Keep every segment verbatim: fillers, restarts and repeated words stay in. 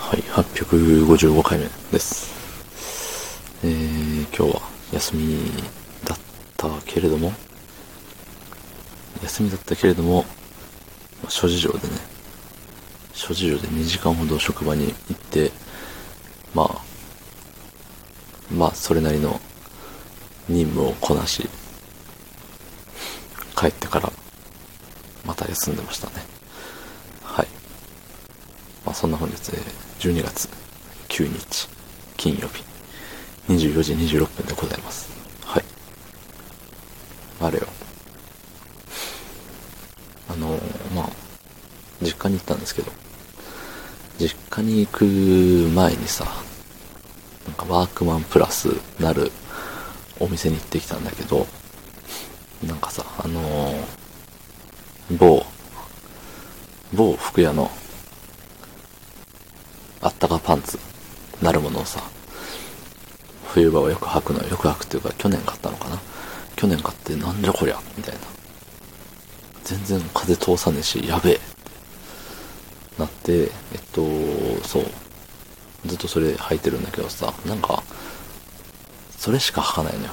はい、はっぴゃくごじゅうごかいめです。えー、今日は休みだったけれども、休みだったけれども、諸事情でね、諸事情でにじかんほど職場に行って、まあ、まあ、それなりの任務をこなし、帰ってから、また休んでましたね。はい。まあ、そんな本日、じゅうにがつくにち、金曜日、にじゅうよじにじゅうろっぷんでございます。はい。あれよ。あのー、まあ、実家に行ったんですけど、実家に行く前にさ、なんかワークマンプラスなるお店に行ってきたんだけど、なんかさ、あのー、某、某服屋のあったかパンツなるものをさ、冬場はよく履くのよ。よく履くっていうか、去年買ったのかな。去年買ってなんじゃこりゃみたいな。全然風通さねえし、やべえってなって、えっと、そう。ずっとそれ履いてるんだけどさ、なんか、それしか履かないのよ。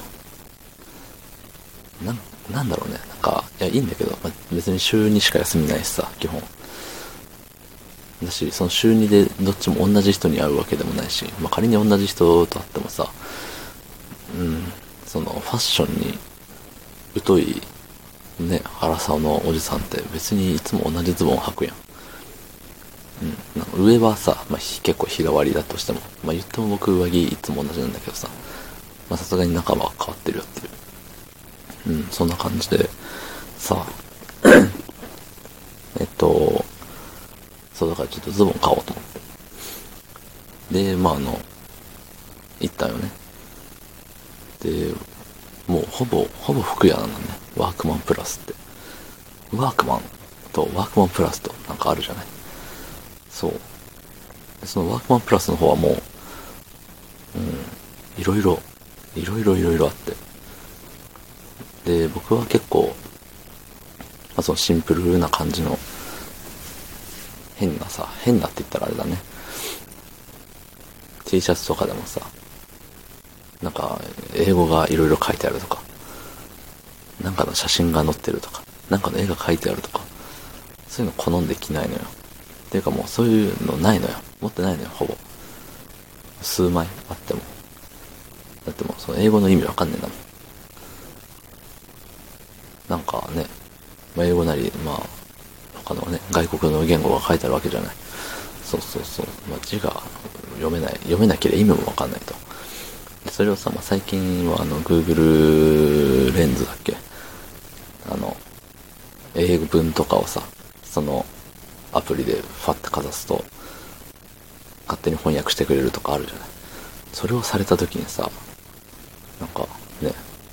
なん、なんだろうね。なんか、いや、いいんだけど、まあ、別に週にしか休みないしさ、基本。だし、その週にでどっちも同じ人に会うわけでもないし、まあ、仮に同じ人と会ってもさ、うん、そのファッションに疎いね、荒さのおじさんって別にいつも同じズボンを履くやん。うん、なんか上はさ、まあ、結構日替わりだとしても、まあ、言っても僕上着いつも同じなんだけどさ、まあさすがに中は変わってるよっていう。うん、そんな感じで、さ、えっと、そうだからちょっとズボン買おうと思って。で、まああの、行ったよね。で、もうほぼ、ほぼ服屋なんだね。ワークマンプラスって。ワークマンとワークマンプラスとなんかあるじゃない。そう。そのワークマンプラスの方はもう、うん、いろいろ、いろいろいろいろあって。で、僕は結構、まあ、そのシンプルな感じの、変なさ、変なって言ったらあれだね。T シャツとかでもさ、なんか、英語がいろいろ書いてあるとか、なんかの写真が載ってるとか、なんかの絵が書いてあるとか、そういうの好んで着ないのよ。っていうかもうそういうのないのよ。持ってないのよ、ほぼ。数枚あっても。だってもうその英語の意味わかんねえんだもん。なんかね、まあ、英語なり、まあ、他のね、外国の言語が書いてあるわけじゃない。そうそうそう。まあ、字が読めない、読めなければ意味もわかんないと。でそれをさ、まあ、最近はあの、Google レンズだっけあの、英文とかをさ、その、アプリでファってかざすと、勝手に翻訳してくれるとかあるじゃない。それをされた時にさ、なんか、ね、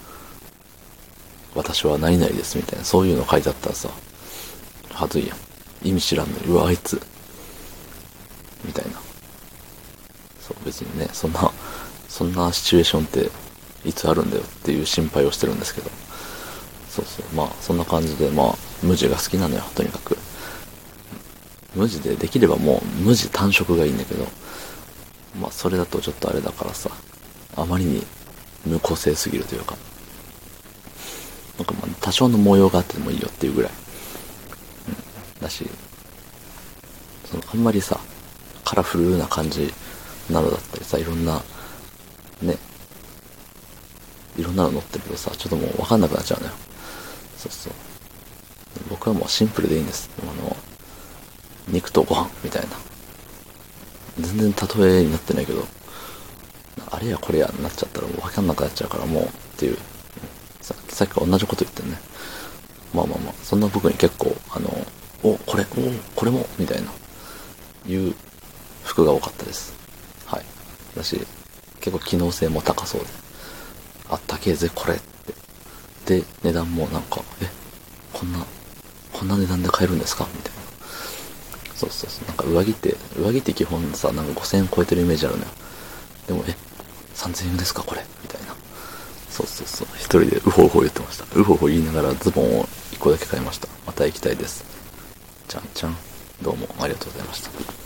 私は何々ですみたいな、そういうの書いてあったらさ、はずいやん。意味知らんのに、うわ、あいつ、みたいな。そう、別にね、そんな、そんなシチュエーションっていつあるんだよっていう心配をしてるんですけど。そうそう、まあ、そんな感じで、まあ、無地が好きなのよ、とにかく。無地で、できればもう無地単色がいいんだけど、まあ、それだとちょっとあれだからさ、あまりに無個性すぎるというか、なんかまあ、多少の模様があってもいいよっていうぐらい。うん、だし、その、あんまりさ、カラフルな感じなのだったりさ、いろんな、ね、いろんなの乗ってるとさ、ちょっともうわかんなくなっちゃうのよ。そうそう。僕はもうシンプルでいいんです。あの、肉とご飯みたいな。全然例えになってないけど、あれやこれやになっちゃったらもうわかんなくなっちゃうからもうっていう。さ, さっきから同じこと言ってるね。まあまあまあ、そんな僕に結構、あの、お、これ、お、これもみたいな、いう服が多かったです。はい。だし、結構機能性も高そうで。あったけえぜ、これって。で、値段もなんか、え、こんな、こんな値段で買えるんですかみたいな。そうそうそう。なんか上着って、上着って基本さ、なんかごせんえん超えてるイメージあるのよ。でも、え、さんぜんえんですかこれみたいな。そうそうそう。一人でウホウホ言ってました。ウホウホ言いながらズボンを一個だけ買いました。また行きたいです。じゃんじゃん。どうもありがとうございました。